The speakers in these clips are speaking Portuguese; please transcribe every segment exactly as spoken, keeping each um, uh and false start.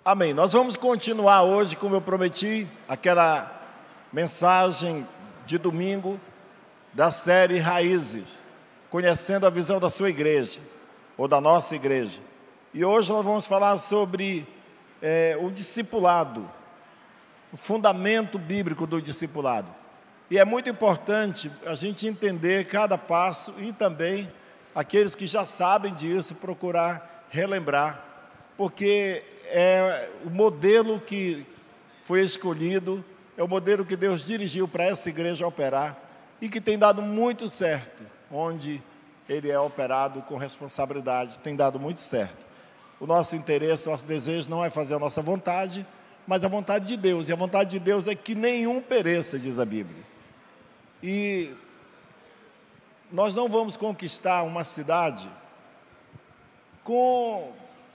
Amém. Nós vamos continuar hoje, como eu prometi, aquela mensagem de domingo da série Raízes, conhecendo a visão da sua igreja, ou da nossa igreja. E hoje nós vamos falar sobre é, o discipulado, o fundamento bíblico do discipulado. E é muito importante a gente entender cada passo e também aqueles que já sabem disso, procurar relembrar, porque é o modelo que foi escolhido, é o modelo que Deus dirigiu para essa igreja operar e que tem dado muito certo, onde ele é operado com responsabilidade, tem dado muito certo. O nosso interesse, o nosso desejo não é fazer a nossa vontade, mas a vontade de Deus, e a vontade de Deus é que nenhum pereça, diz a Bíblia. E nós não vamos conquistar uma cidade com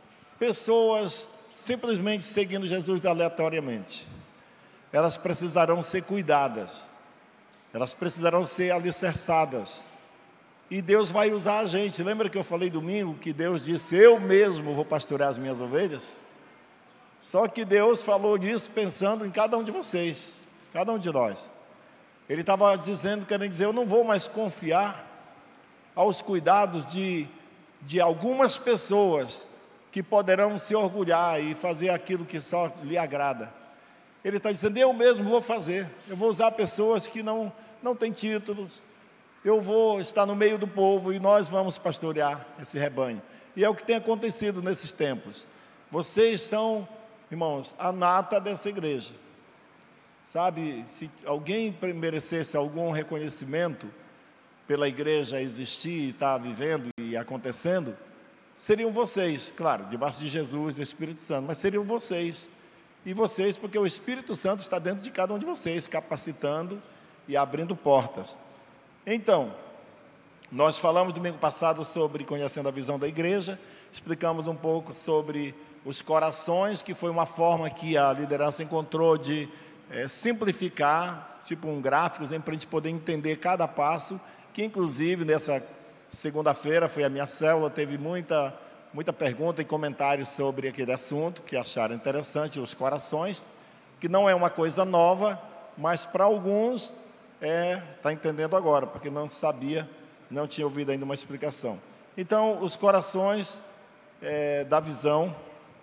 pessoas simplesmente seguindo Jesus aleatoriamente. Elas precisarão ser cuidadas, elas precisarão ser alicerçadas, e Deus vai usar a gente. Lembra que eu falei domingo que Deus disse: eu mesmo vou pastorear as minhas ovelhas? Só que Deus falou nisso pensando em cada um de vocês, cada um de nós. Ele estava dizendo, querendo dizer, eu não vou mais confiar aos cuidados de, de algumas pessoas que poderão se orgulhar e fazer aquilo que só lhe agrada. Ele está dizendo, eu mesmo vou fazer, eu vou usar pessoas que não, não têm títulos, eu vou estar no meio do povo e nós vamos pastorear esse rebanho. E é o que tem acontecido nesses tempos. Vocês são, irmãos, a nata dessa igreja. Sabe, se alguém merecesse algum reconhecimento pela igreja existir e estar vivendo e acontecendo, seriam vocês, claro, debaixo de Jesus, do Espírito Santo, mas seriam vocês. E vocês, porque o Espírito Santo está dentro de cada um de vocês, capacitando e abrindo portas. Então, nós falamos domingo passado sobre conhecendo a visão da igreja, explicamos um pouco sobre os corações, que foi uma forma que a liderança encontrou de é, simplificar, tipo um gráfico, para a gente poder entender cada passo, que inclusive nessa segunda-feira foi a minha célula, teve muita, muita pergunta e comentários sobre aquele assunto, que acharam interessante, os corações, que não é uma coisa nova, mas para alguns é, está entendendo agora, porque não sabia, não tinha ouvido ainda uma explicação. Então, os corações é, da visão,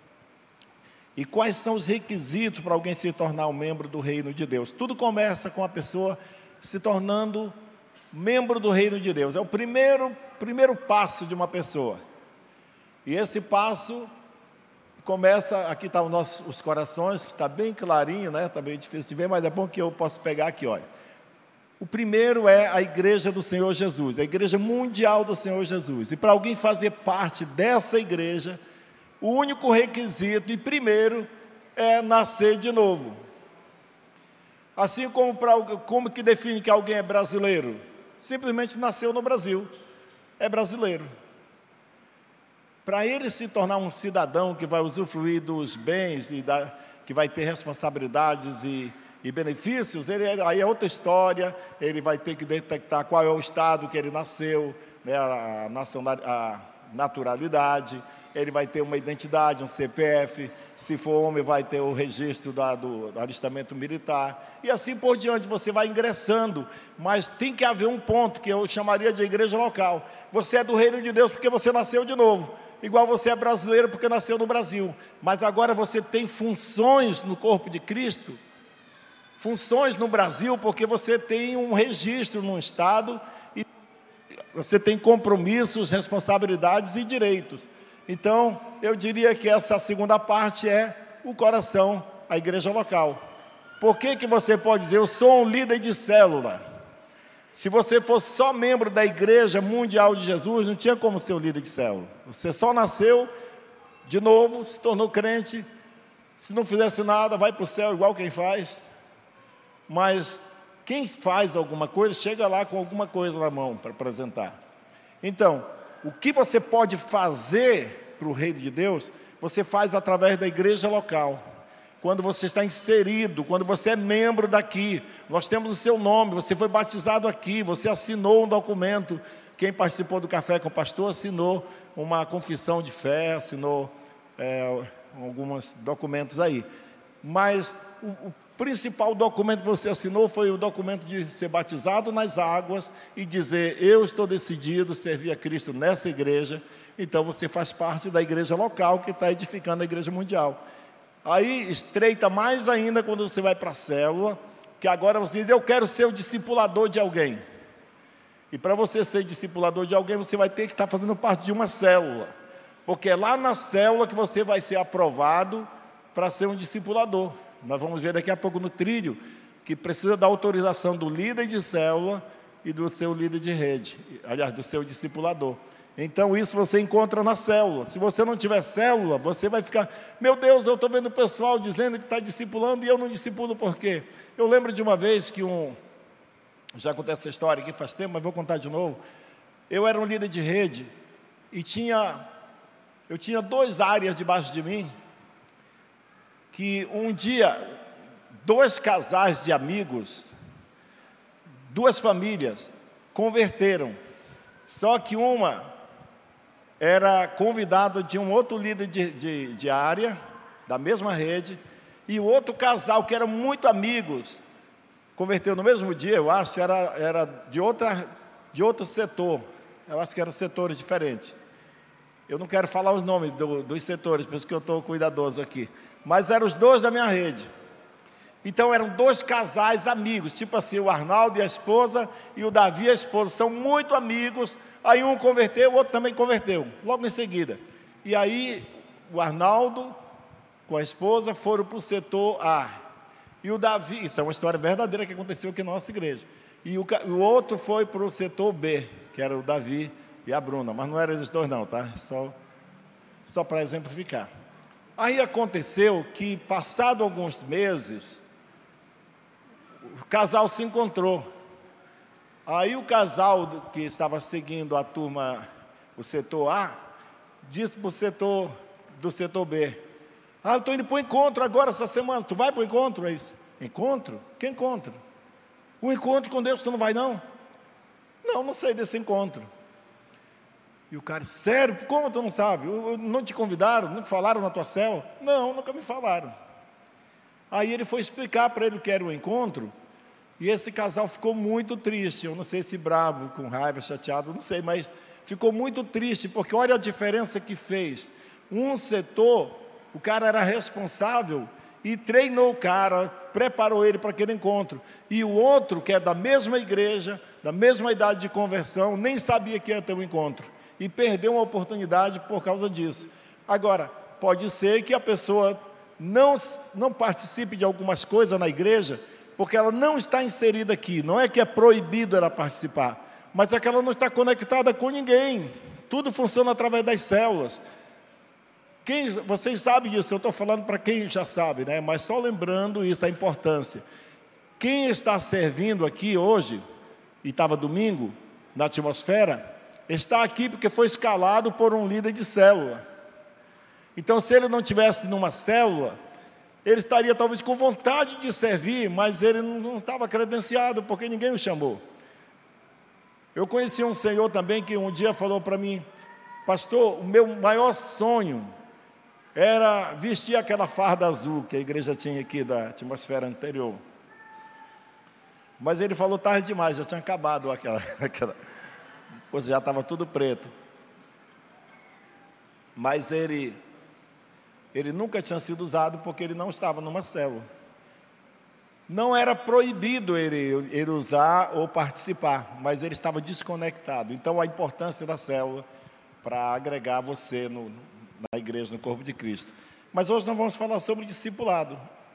e quais são os requisitos para alguém se tornar um membro do reino de Deus? Tudo começa com a pessoa se tornando membro do reino de Deus. É o primeiro, primeiro passo de uma pessoa. E esse passo começa, aqui estão os nossos os corações, que está bem clarinho, né? Está bem difícil de ver, mas é bom que eu posso pegar aqui, olha. O primeiro é a igreja do Senhor Jesus, a igreja mundial do Senhor Jesus. E para alguém fazer parte dessa igreja, o único requisito e primeiro é nascer de novo. Assim como, pra, como que define que alguém é brasileiro? Simplesmente nasceu no Brasil, é brasileiro. Para ele se tornar um cidadão que vai usufruir dos bens e da, que vai ter responsabilidades e, e benefícios, ele, aí é outra história. Ele vai ter que detectar qual é o estado que ele nasceu, né, a, a, a naturalidade. Ele vai ter uma identidade, um C P F, se for homem vai ter o registro da, do, do alistamento militar, e assim por diante, você vai ingressando, mas tem que haver um ponto, que eu chamaria de igreja local. Você é do reino de Deus porque você nasceu de novo, igual você é brasileiro porque nasceu no Brasil, mas agora você tem funções no corpo de Cristo, funções no Brasil, porque você tem um registro no estado, e você tem compromissos, responsabilidades e direitos. Então, eu diria que essa segunda parte é o coração, a igreja local. Por que que você pode dizer, eu sou um líder de célula? Se você fosse só membro da igreja mundial de Jesus, não tinha como ser um líder de célula. Você só nasceu de novo, se tornou crente, se não fizesse nada, vai para o céu igual quem faz. Mas quem faz alguma coisa, chega lá com alguma coisa na mão para apresentar. Então, o que você pode fazer para o reino de Deus, você faz através da igreja local. Quando você está inserido, quando você é membro daqui, nós temos o seu nome, você foi batizado aqui, você assinou um documento. Quem participou do Café com o Pastor assinou uma confissão de fé, assinou é, alguns documentos aí. Mas o, o principal documento que você assinou foi o documento de ser batizado nas águas e dizer: eu estou decidido a servir a Cristo nessa igreja. Então você faz parte da igreja local que está edificando a igreja mundial. Aí estreita mais ainda quando você vai para a célula, que agora você diz: eu quero ser o discipulador de alguém. E para você ser discipulador de alguém, você vai ter que estar fazendo parte de uma célula, porque é lá na célula que você vai ser aprovado para ser um discipulador. Nós vamos ver daqui a pouco no trilho que precisa da autorização do líder de célula e do seu líder de rede, aliás, do seu discipulador. Então isso você encontra na célula. Se você não tiver célula, você vai ficar: meu Deus, eu estou vendo o pessoal dizendo que está discipulando e eu não discipulo por quê? Eu lembro de uma vez que um... já contei essa história aqui faz tempo, mas vou contar de novo. Eu era um líder de rede e tinha... eu tinha duas áreas debaixo de mim, que um dia, dois casais de amigos, duas famílias, converteram. Só que uma era convidada de um outro líder de, de, de área, da mesma rede, e o outro casal, que eram muito amigos, converteu no mesmo dia, eu acho, era, era de, outra, de outro setor. Eu acho que eram setores diferentes. Eu não quero falar os nomes do, dos setores, por isso que eu estou cuidadoso aqui. Mas eram os dois da minha rede. Então eram dois casais amigos, tipo assim, o Arnaldo e a esposa, e o Davi e a esposa, são muito amigos. Aí um converteu, o outro também converteu, logo em seguida. E aí o Arnaldo com a esposa foram para o setor A. E o Davi, isso é uma história verdadeira que aconteceu aqui na nossa igreja. E o, o outro foi para o setor B, que era o Davi e a Bruna, mas não eram eles dois não, tá? Só, só para exemplificar. Aí aconteceu que, passado alguns meses, o casal se encontrou. Aí o casal que estava seguindo a turma, o setor A, disse para o setor do setor B: ah, eu estou indo para o encontro agora essa semana. Tu vai para o encontro? É isso. Encontro? Que encontro? O encontro com Deus tu não vai não? Não, não sei desse encontro. E o cara: sério? Como tu não sabe? Não te convidaram? Não te falaram na tua célula? Não, nunca me falaram. Aí ele foi explicar para ele o que era o encontro, e esse casal ficou muito triste. Eu não sei se bravo, com raiva, chateado, não sei, mas ficou muito triste, porque olha a diferença que fez. Um setor, o cara era responsável e treinou o cara, preparou ele para aquele encontro. E o outro, que é da mesma igreja, da mesma idade de conversão, nem sabia que ia ter um encontro. E perdeu uma oportunidade por causa disso. Agora, pode ser que a pessoa não, não participe de algumas coisas na igreja, porque ela não está inserida aqui. Não é que é proibido ela participar, mas é que ela não está conectada com ninguém. Tudo funciona através das células. Quem, vocês sabem disso, eu estou falando para quem já sabe, né? Mas só lembrando isso, a importância. Quem está servindo aqui hoje, e estava domingo, na atmosfera, está aqui porque foi escalado por um líder de célula. Então, se ele não tivesse numa célula, ele estaria talvez com vontade de servir, mas ele não estava credenciado, porque ninguém o chamou. Eu conheci um senhor também que um dia falou para mim: pastor, o meu maior sonho era vestir aquela farda azul que a igreja tinha aqui da atmosfera anterior. Mas ele falou tarde demais, já tinha acabado aquela... aquela pois já estava tudo preto. Mas ele, ele nunca tinha sido usado porque ele não estava numa célula. Não era proibido ele, ele usar ou participar, mas ele estava desconectado. Então a importância da célula para agregar você no, na igreja, no corpo de Cristo. Mas hoje nós vamos falar sobre discipulado.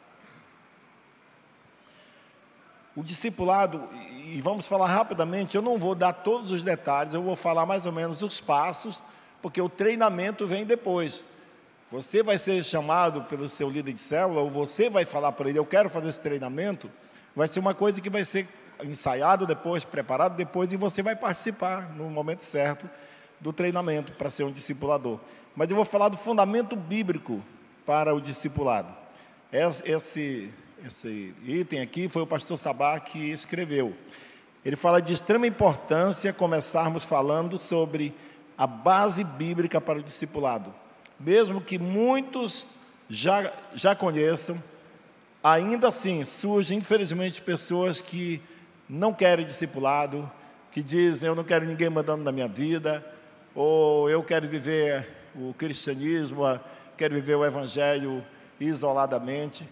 O discipulado, e vamos falar rapidamente, eu não vou dar todos os detalhes, eu vou falar mais ou menos os passos, porque o treinamento vem depois. Você vai ser chamado pelo seu líder de célula, ou você vai falar para ele: eu quero fazer esse treinamento. Vai ser uma coisa que vai ser ensaiado depois, preparado depois, e você vai participar no momento certo do treinamento para ser um discipulador. Mas eu vou falar do fundamento bíblico para o discipulado. Esse, esse item aqui foi o pastor Sabá que escreveu. Ele fala de extrema importância começarmos falando sobre a base bíblica para o discipulado. Mesmo que muitos já, já conheçam. Ainda assim, surgem, infelizmente, pessoas que não querem discipulado, que dizem, eu não quero ninguém mandando na minha vida, ou eu quero viver o cristianismo, quero viver o evangelho isoladamente.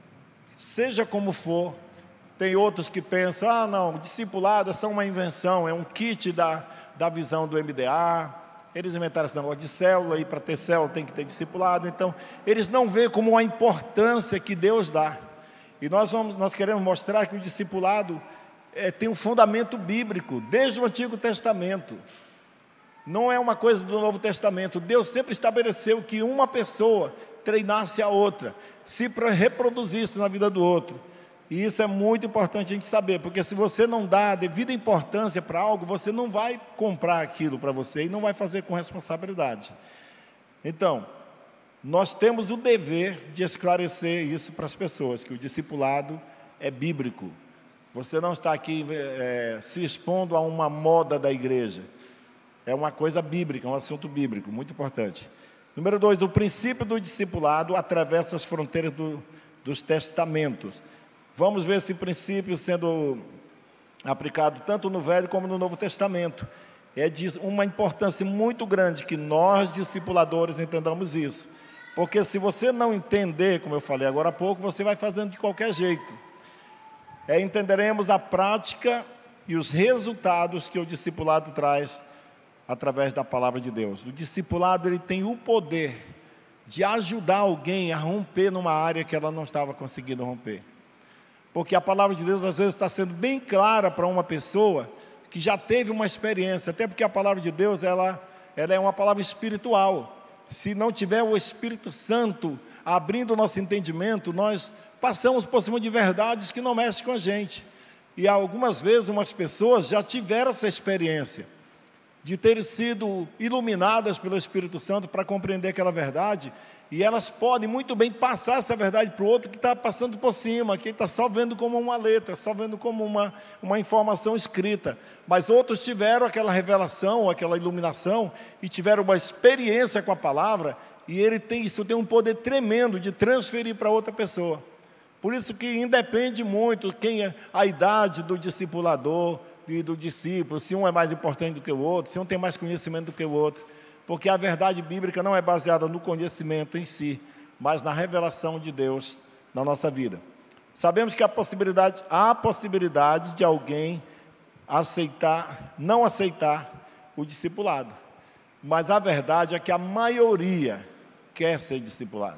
Seja como for, tem outros que pensam, ah não, discipulado é só uma invenção, é um kit da, da visão do M D A, eles inventaram esse negócio de célula, e para ter célula tem que ter discipulado, então eles não veem como a importância que Deus dá. E nós, vamos, nós queremos mostrar que o discipulado é, tem um fundamento bíblico, desde o Antigo Testamento. Não é uma coisa do Novo Testamento. Deus sempre estabeleceu que uma pessoa treinasse a outra, se reproduzisse na vida do outro. E isso é muito importante a gente saber, porque se você não dá a devida importância para algo, você não vai comprar aquilo para você e não vai fazer com responsabilidade. Então, nós temos o dever de esclarecer isso para as pessoas, que o discipulado é bíblico. Você não está aqui é, se expondo a uma moda da igreja. É uma coisa bíblica, um assunto bíblico, muito importante. Número dois, o princípio do discipulado atravessa as fronteiras do, dos testamentos. Vamos ver esse princípio sendo aplicado tanto no Velho como no Novo Testamento. É de uma importância muito grande que nós, discipuladores, entendamos isso. Porque se você não entender, como eu falei agora há pouco, você vai fazendo de qualquer jeito. É, entenderemos a prática e os resultados que o discipulado traz através da palavra de Deus. O discipulado, ele tem o poder de ajudar alguém a romper numa área que ela não estava conseguindo romper. Porque a palavra de Deus, às vezes, está sendo bem clara para uma pessoa que já teve uma experiência, até porque a palavra de Deus, ela, ela é uma palavra espiritual. Se não tiver o Espírito Santo abrindo o nosso entendimento, nós passamos por cima de verdades que não mexem com a gente. E algumas vezes, umas pessoas já tiveram essa experiência de terem sido iluminadas pelo Espírito Santo para compreender aquela verdade, e elas podem muito bem passar essa verdade para o outro que está passando por cima, que está só vendo como uma letra, só vendo como uma, uma informação escrita, mas outros tiveram aquela revelação, aquela iluminação, e tiveram uma experiência com a palavra, e ele tem, isso tem um poder tremendo de transferir para outra pessoa. Por isso que independe muito quem é a idade do discipulador e do discípulo, se um é mais importante do que o outro, se um tem mais conhecimento do que o outro, porque a verdade bíblica não é baseada no conhecimento em si, mas na revelação de Deus na nossa vida. Sabemos que a possibilidade, há a possibilidade de alguém aceitar, não aceitar o discipulado, mas a verdade é que a maioria quer ser discipulado.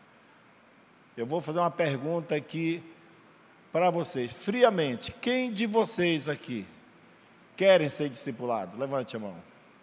Eu vou fazer uma pergunta aqui para vocês, friamente. Quem de vocês aqui querem ser discipulado? Levante a mão.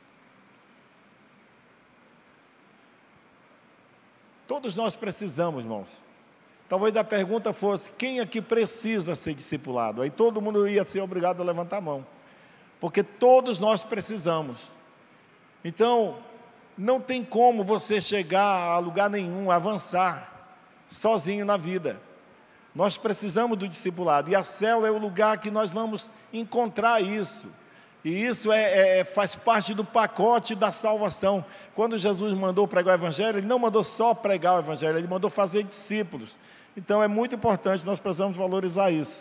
Todos nós precisamos, irmãos. Talvez a pergunta fosse, quem aqui precisa ser discipulado? Aí todo mundo ia ser obrigado a levantar a mão. Porque todos nós precisamos. Então, não tem como você chegar a lugar nenhum, avançar sozinho na vida. Nós precisamos do discipulado, e a célula é o lugar que nós vamos encontrar isso, e isso é, é, faz parte do pacote da salvação. Quando Jesus mandou pregar o Evangelho, Ele não mandou só pregar o Evangelho, Ele mandou fazer discípulos. Então é muito importante, nós precisamos valorizar isso.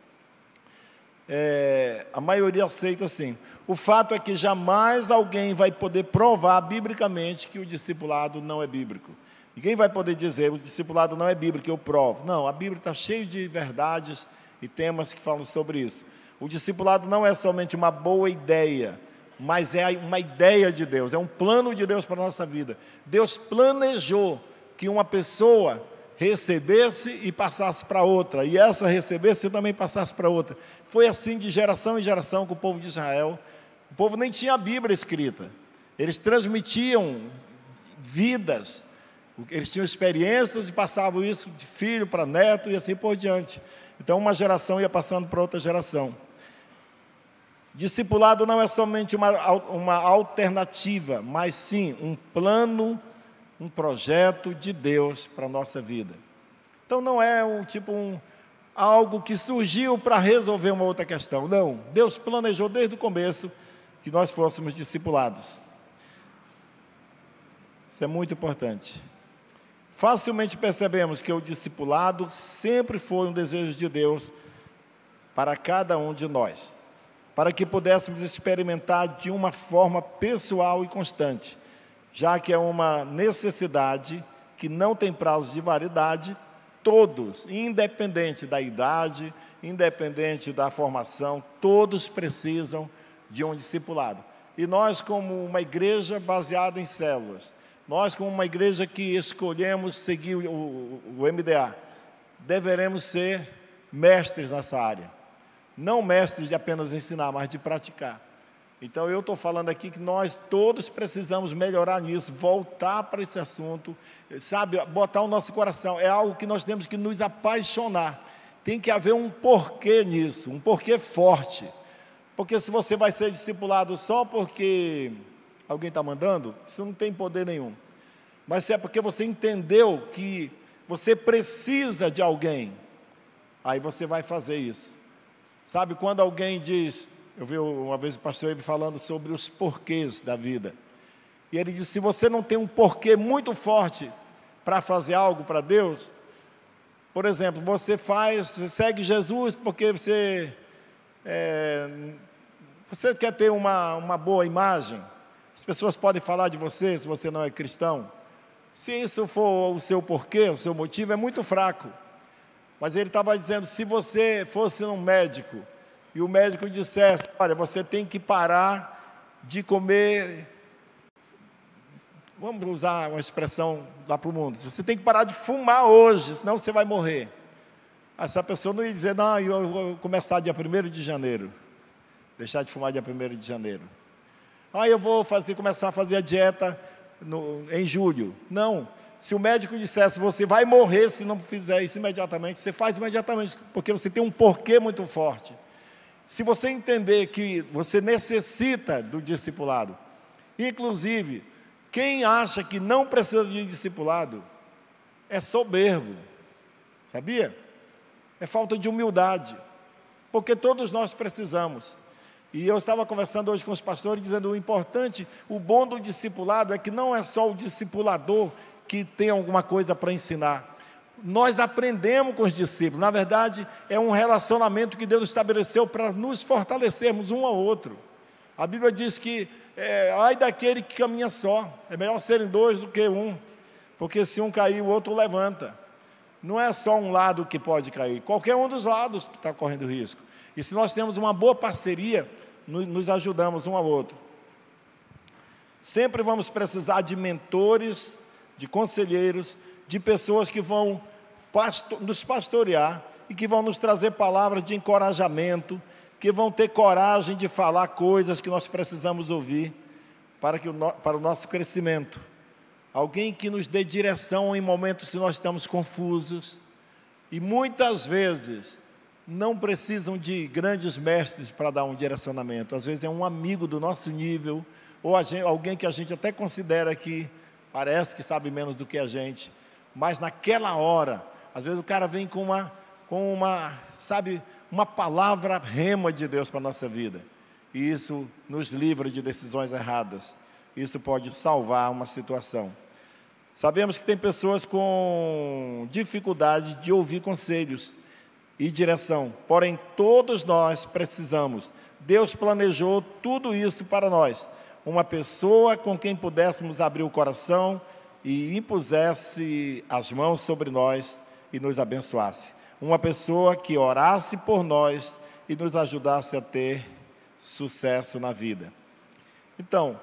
É, a maioria aceita sim. O fato é que jamais alguém vai poder provar biblicamente que o discipulado não é bíblico. Ninguém vai poder dizer, o discipulado não é bíblico, eu provo. Não, a Bíblia está cheia de verdades e temas que falam sobre isso. O discipulado não é somente uma boa ideia, mas é uma ideia de Deus, é um plano de Deus para a nossa vida. Deus planejou que uma pessoa recebesse e passasse para outra, e essa recebesse e também passasse para outra. Foi assim de geração em geração com o povo de Israel. O povo nem tinha a Bíblia escrita, eles transmitiam vidas, eles tinham experiências e passavam isso de filho para neto e assim por diante. Então uma geração ia passando para outra geração. Discipulado não é somente uma, uma alternativa, mas sim um plano, um projeto de Deus para a nossa vida. Então não é um tipo um, algo que surgiu para resolver uma outra questão. Não, Deus planejou desde o começo que nós fôssemos discipulados. Isso é muito importante. facilmente percebemos que o discipulado sempre foi um desejo de Deus para cada um de nós, para que pudéssemos experimentar de uma forma pessoal e constante, já que é uma necessidade que não tem prazo de validade. Todos, independente da idade, independente da formação, todos precisam de um discipulado. E nós, como uma igreja baseada em células, nós, como uma igreja que escolhemos seguir o, o M D A, deveremos ser mestres nessa área. Não mestres de apenas ensinar, mas de praticar. Então, eu estou falando aqui que nós todos precisamos melhorar nisso, voltar para esse assunto, sabe, botar o nosso coração. É algo que nós temos que nos apaixonar. Tem que haver um porquê nisso, um porquê forte. Porque se você vai ser discipulado só porque alguém está mandando, isso não tem poder nenhum. Mas se é porque você entendeu que você precisa de alguém, aí você vai fazer isso. Sabe, quando alguém diz... Eu vi uma vez o pastor Ebe falando sobre os porquês da vida. E ele disse, se você não tem um porquê muito forte para fazer algo para Deus, por exemplo, você faz, você segue Jesus porque você, é, você quer ter uma, uma boa imagem. As pessoas podem falar de você se você não é cristão. Se isso for o seu porquê, o seu motivo, é muito fraco. Mas ele estava dizendo, se você fosse um médico, e o médico dissesse, olha, você tem que parar de comer, vamos usar uma expressão lá para o mundo, você tem que parar de fumar hoje, senão você vai morrer. Essa pessoa não ia dizer, não, eu vou começar dia primeiro de janeiro, deixar de fumar dia primeiro de janeiro. Ah, eu vou fazer, começar a fazer a dieta no, em julho. Não, se o médico dissesse, você vai morrer se não fizer isso imediatamente, você faz imediatamente, porque você tem um porquê muito forte. Se você entender que você necessita do discipulado, inclusive, quem acha que não precisa de discipulado, é soberbo, sabia? É falta de humildade, porque todos nós precisamos. E eu estava conversando hoje com os pastores, dizendo o importante, o bom do discipulado é que não é só o discipulador que tem alguma coisa para ensinar. Nós aprendemos com os discípulos, na verdade, é um relacionamento que Deus estabeleceu para nos fortalecermos um ao outro. A Bíblia diz que, é, ai daquele que caminha só, é melhor serem dois do que um, porque se um cair, o outro levanta. Não é só um lado que pode cair, qualquer um dos lados está correndo risco. E se nós temos uma boa parceria, nos ajudamos um ao outro. Sempre vamos precisar de mentores, de conselheiros, de pessoas que vão pastor, nos pastorear e que vão nos trazer palavras de encorajamento, que vão ter coragem de falar coisas que nós precisamos ouvir para, que o, no, para o nosso crescimento. Alguém que nos dê direção em momentos que nós estamos confusos. E muitas vezes não precisam de grandes mestres para dar um direcionamento. Às vezes é um amigo do nosso nível, ou a gente, alguém que a gente até considera que parece que sabe menos do que a gente. Mas naquela hora, às vezes o cara vem com uma, com uma, sabe, uma palavra rema de Deus para a nossa vida. E isso nos livra de decisões erradas. Isso pode salvar uma situação. Sabemos que tem pessoas com dificuldade de ouvir conselhos e direção. Porém, todos nós precisamos. Deus planejou tudo isso para nós. Uma pessoa com quem pudéssemos abrir o coração e impusesse as mãos sobre nós e nos abençoasse. Uma pessoa que orasse por nós e nos ajudasse a ter sucesso na vida. Então,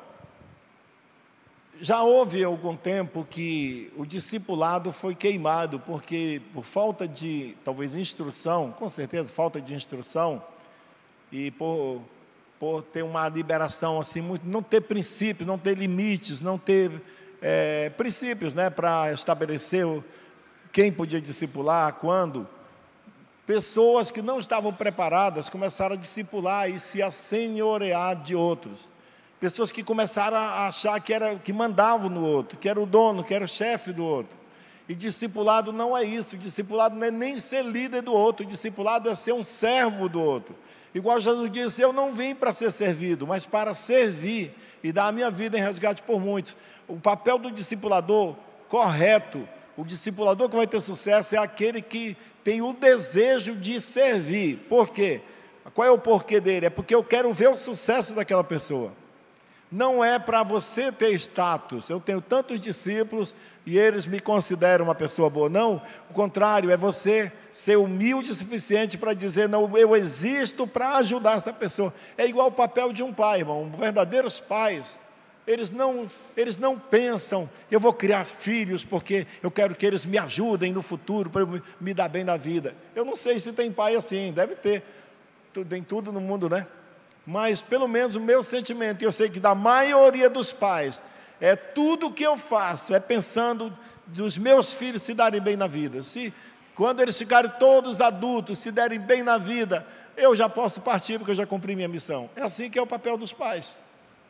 já houve algum tempo que o discipulado foi queimado, porque por falta de, talvez, instrução, com certeza, falta de instrução, e por, por ter uma liberação assim, muito, não ter princípios, não ter limites, não ter é, princípios, né, para estabelecer quem podia discipular, quando, pessoas que não estavam preparadas começaram a discipular e se assenhorear de outros. Pessoas que começaram a achar que, era, que mandavam no outro, que era o dono, que era o chefe do outro. E discipulado não é isso, discipulado não é nem ser líder do outro, discipulado é ser um servo do outro. Igual Jesus disse, eu não vim para ser servido, mas para servir e dar a minha vida em resgate por muitos. O papel do discipulador correto, O discipulador que vai ter sucesso é aquele que tem o desejo de servir. Por quê? Qual é o porquê dele? É porque eu quero ver o sucesso daquela pessoa. Não é para você ter status. Eu tenho tantos discípulos e eles me consideram uma pessoa boa. Não, o contrário, é você ser humilde o suficiente para dizer, não, eu existo para ajudar essa pessoa. É igual o papel de um pai, irmão. Verdadeiros pais, eles não, eles não pensam, eu vou criar filhos porque eu quero que eles me ajudem no futuro, para eu me dar bem na vida. Eu não sei se tem pai assim, deve ter. Tem tudo no mundo, né? Mas pelo menos o meu sentimento, e eu sei que da maioria dos pais, é tudo que eu faço, é pensando dos meus filhos se darem bem na vida. Se, quando eles ficarem todos adultos, se derem bem na vida, eu já posso partir, porque eu já cumpri minha missão. É assim que é o papel dos pais.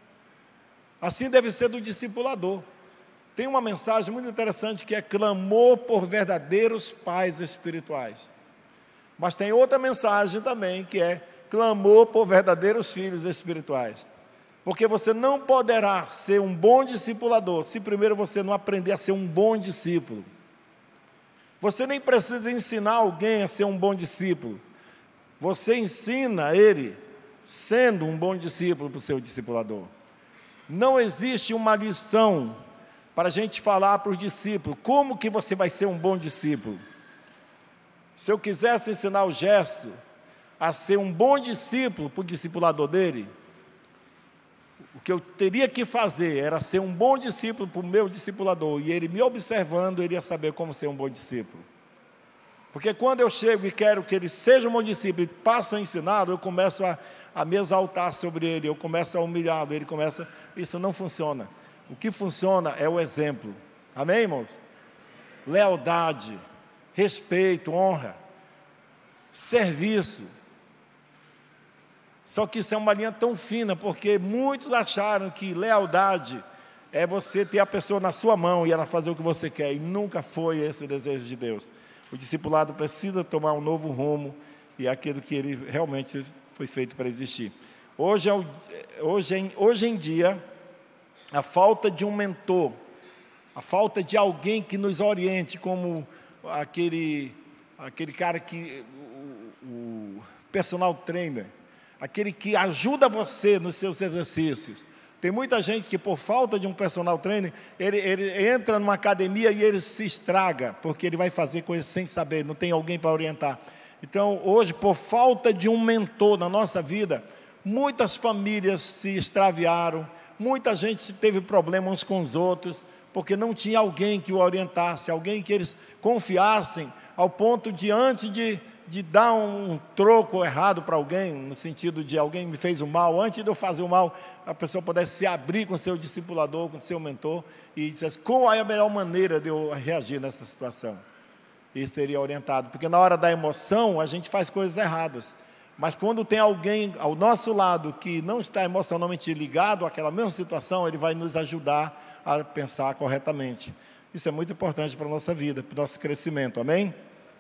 Assim deve ser do discipulador. Tem uma mensagem muito interessante que é clamor por verdadeiros pais espirituais. Mas tem outra mensagem também que é clamor por verdadeiros filhos espirituais. Porque você não poderá ser um bom discipulador se primeiro você não aprender a ser um bom discípulo. Você nem precisa ensinar alguém a ser um bom discípulo. Você ensina ele sendo um bom discípulo para o seu discipulador. Não existe uma lição para a gente falar para os discípulos como que você vai ser um bom discípulo. Se eu quisesse ensinar o Gerson a ser um bom discípulo para o discipulador dele, o que eu teria que fazer era ser um bom discípulo para o meu discipulador, e ele me observando, ele ia saber como ser um bom discípulo. Porque quando eu chego e quero que ele seja um bom discípulo e passo a ensiná-lo, eu começo a, a me exaltar sobre ele, eu começo a humilhá-lo, ele começa... Isso não funciona. O que funciona é o exemplo. Amém, irmãos? Lealdade, respeito, honra, serviço. Só que isso é uma linha tão fina, porque muitos acharam que lealdade é você ter a pessoa na sua mão e ela fazer o que você quer, e nunca foi esse o desejo de Deus. O discipulado precisa tomar um novo rumo, e é aquilo que ele realmente foi feito para existir. Hoje, é o, hoje, em, hoje em dia, a falta de um mentor, a falta de alguém que nos oriente, como aquele, aquele cara que, o, o personal trainer, aquele que ajuda você nos seus exercícios. Tem muita gente que, por falta de um personal trainer, ele, ele entra numa academia e ele se estraga, porque ele vai fazer coisas sem saber, não tem alguém para orientar. Então, hoje, por falta de um mentor na nossa vida, muitas famílias se extraviaram, muita gente teve problemas uns com os outros, porque não tinha alguém que o orientasse, alguém que eles confiassem, ao ponto de, antes de... de dar um, um troco errado para alguém, no sentido de alguém me fez o mal, antes de eu fazer o mal, a pessoa pudesse se abrir com seu discipulador, com seu mentor, e dissesse, qual é a melhor maneira de eu reagir nessa situação? E seria orientado, porque na hora da emoção, a gente faz coisas erradas, mas quando tem alguém ao nosso lado, que não está emocionalmente ligado àquela mesma situação, ele vai nos ajudar a pensar corretamente. Isso é muito importante para a nossa vida, para o nosso crescimento, amém?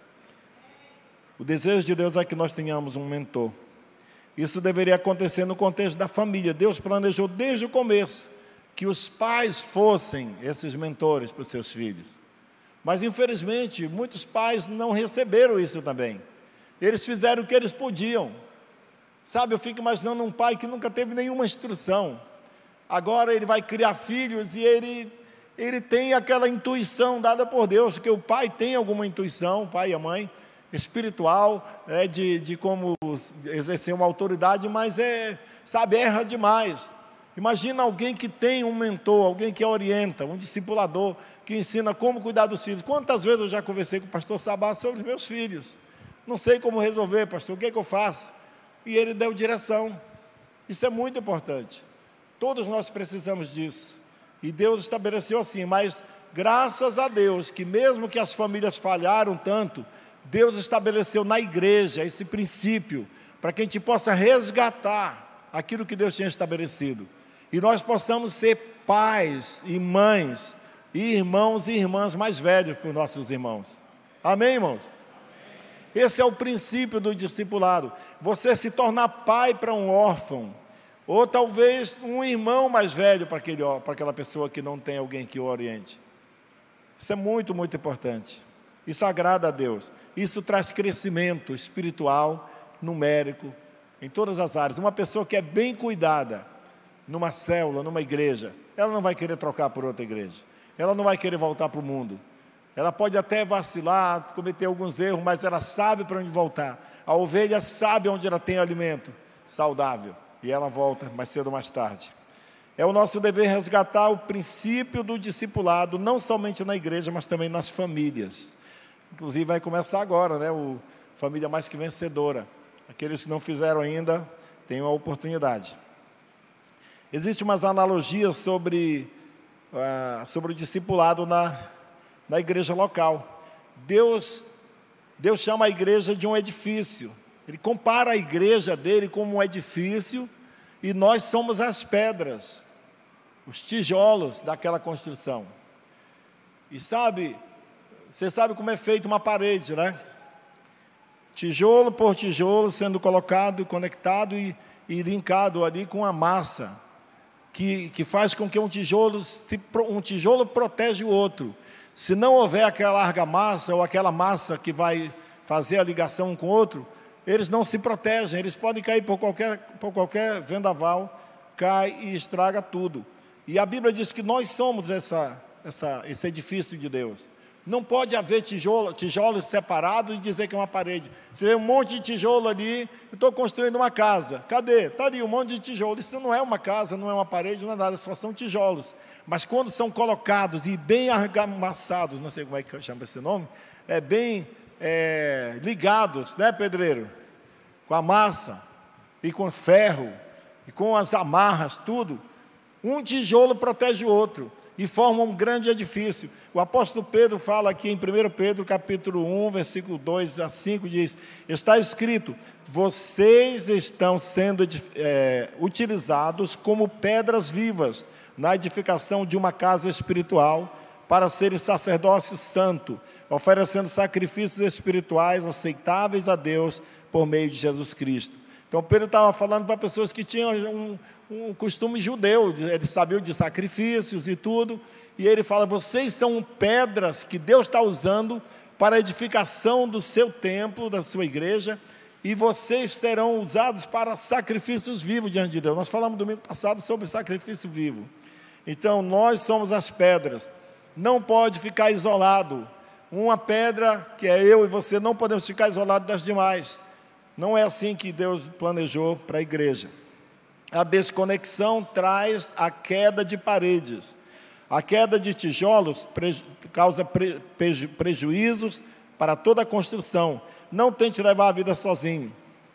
O desejo de Deus é que nós tenhamos um mentor. Isso deveria acontecer no contexto da família. Deus planejou desde o começo que os pais fossem esses mentores para os seus filhos. Mas, infelizmente, muitos pais não receberam isso também. Eles fizeram o que eles podiam. Sabe, eu fico imaginando um pai que nunca teve nenhuma instrução. Agora ele vai criar filhos e ele, ele tem aquela intuição dada por Deus, porque o pai tem alguma intuição, o pai e a mãe, espiritual, é, de, de como exercer uma autoridade, mas é, sabe, erra demais. Imagina alguém que tem um mentor, alguém que orienta, um discipulador, que ensina como cuidar dos filhos. Quantas vezes eu já conversei com o pastor Sabá sobre os meus filhos? Não sei como resolver, pastor, o que é que eu faço? E ele deu direção. Isso é muito importante. Todos nós precisamos disso. E Deus estabeleceu assim, mas graças a Deus, que mesmo que as famílias falharam tanto, Deus estabeleceu na igreja esse princípio, para que a gente possa resgatar aquilo que Deus tinha estabelecido. E nós possamos ser pais e mães, e irmãos e irmãs mais velhos para os nossos irmãos. Amém, irmãos? Esse é o princípio do discipulado. Você se tornar pai para um órfão, ou talvez um irmão mais velho para, aquele, para aquela pessoa que não tem alguém que o oriente. Isso é muito, muito importante. Isso agrada a Deus. Isso traz crescimento espiritual, numérico, em todas as áreas. Uma pessoa que é bem cuidada numa célula, numa igreja, ela não vai querer trocar por outra igreja. Ela não vai querer voltar para o mundo. Ela pode até vacilar, cometer alguns erros, mas ela sabe para onde voltar. A ovelha sabe onde ela tem alimento saudável. E ela volta mais cedo ou mais tarde. É o nosso dever resgatar o princípio do discipulado, não somente na igreja, mas também nas famílias. Inclusive vai começar agora, né? O Família Mais Que Vencedora. Aqueles que não fizeram ainda, têm uma oportunidade. Existem umas analogias sobre, uh, sobre o discipulado na, na igreja local. Deus, Deus chama a igreja de um edifício. Ele compara a igreja dele como um edifício e nós somos as pedras, os tijolos daquela construção. E sabe, você sabe como é feita uma parede, né? Tijolo por tijolo sendo colocado, conectado e, e linkado ali com a massa, que, que faz com que um tijolo, se, um tijolo protege o outro. Se não houver aquela argamassa ou aquela massa que vai fazer a ligação um com o outro, eles não se protegem, eles podem cair por qualquer, por qualquer vendaval, cai e estraga tudo. E a Bíblia diz que nós somos essa, essa, esse edifício de Deus. Não pode haver tijolo, tijolos separados e dizer que é uma parede. Você vê um monte de tijolo ali, eu estou construindo uma casa. Cadê? Está ali um monte de tijolo. Isso não é uma casa, não é uma parede, não é nada, só são tijolos. Mas quando são colocados e bem argamassados, não sei como é que chama esse nome, é bem é, ligados, né, pedreiro? Com a massa, e com ferro, e com as amarras, tudo. Um tijolo protege o outro e forma um grande edifício. O apóstolo Pedro fala aqui em primeiro Pedro, capítulo um, versículo dois a cinco, diz: está escrito, vocês estão sendo é, utilizados como pedras vivas na edificação de uma casa espiritual, para serem sacerdócio santo, oferecendo sacrifícios espirituais aceitáveis a Deus por meio de Jesus Cristo. Então Pedro estava falando para pessoas que tinham um, um costume judeu, eles sabiam de sacrifícios e tudo, e ele fala, vocês são pedras que Deus está usando para a edificação do seu templo, da sua igreja, e vocês serão usados para sacrifícios vivos diante de Deus. Nós falamos domingo passado sobre sacrifício vivo. Então nós somos as pedras, não pode ficar isolado. Uma pedra, que é eu e você, não podemos ficar isolados das demais. Não é assim que Deus planejou para a igreja. A desconexão traz a queda de paredes. A queda de tijolos preju- causa pre- preju- prejuízos para toda a construção. Não tente levar a vida sozinho.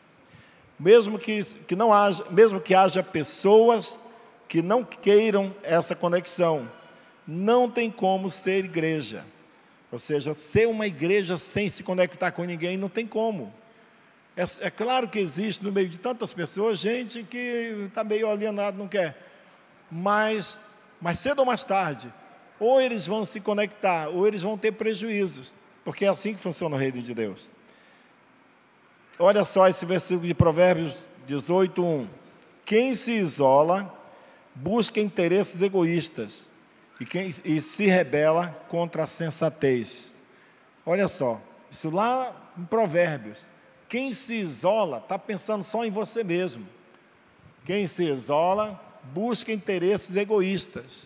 Mesmo que, que não haja, mesmo que haja pessoas que não queiram essa conexão, não tem como ser igreja. Ou seja, ser uma igreja sem se conectar com ninguém, não tem como. É, é claro que existe no meio de tantas pessoas, gente que está meio alienado, não quer. Mas, mas cedo ou mais tarde, ou eles vão se conectar, ou eles vão ter prejuízos. Porque é assim que funciona o reino de Deus. Olha só esse versículo de Provérbios dezoito, um. Quem se isola, busca interesses egoístas. E, quem, e se rebela contra a sensatez. Olha só, isso lá em Provérbios. Quem se isola está pensando só em você mesmo. Quem se isola busca interesses egoístas.